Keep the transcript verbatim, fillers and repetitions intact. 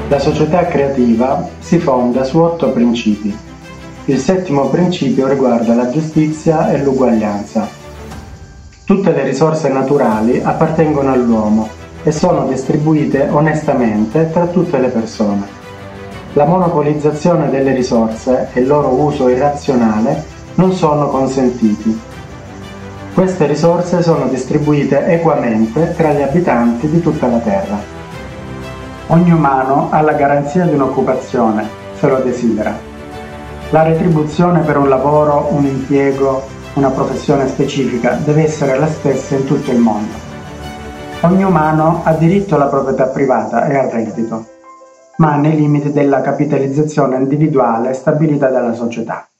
La società creativa si fonda su otto principi. Il settimo principio riguarda la giustizia e l'uguaglianza. Tutte le risorse naturali appartengono all'uomo e sono distribuite onestamente tra tutte le persone. La monopolizzazione delle risorse e il loro uso irrazionale non sono consentiti. Queste risorse sono distribuite equamente tra gli abitanti di tutta la Terra. Ogni umano ha la garanzia di un'occupazione, se lo desidera. La retribuzione per un lavoro, un impiego, una professione specifica deve essere la stessa in tutto il mondo. Ogni umano ha diritto alla proprietà privata e al reddito, ma nei limiti della capitalizzazione individuale stabilita dalla società.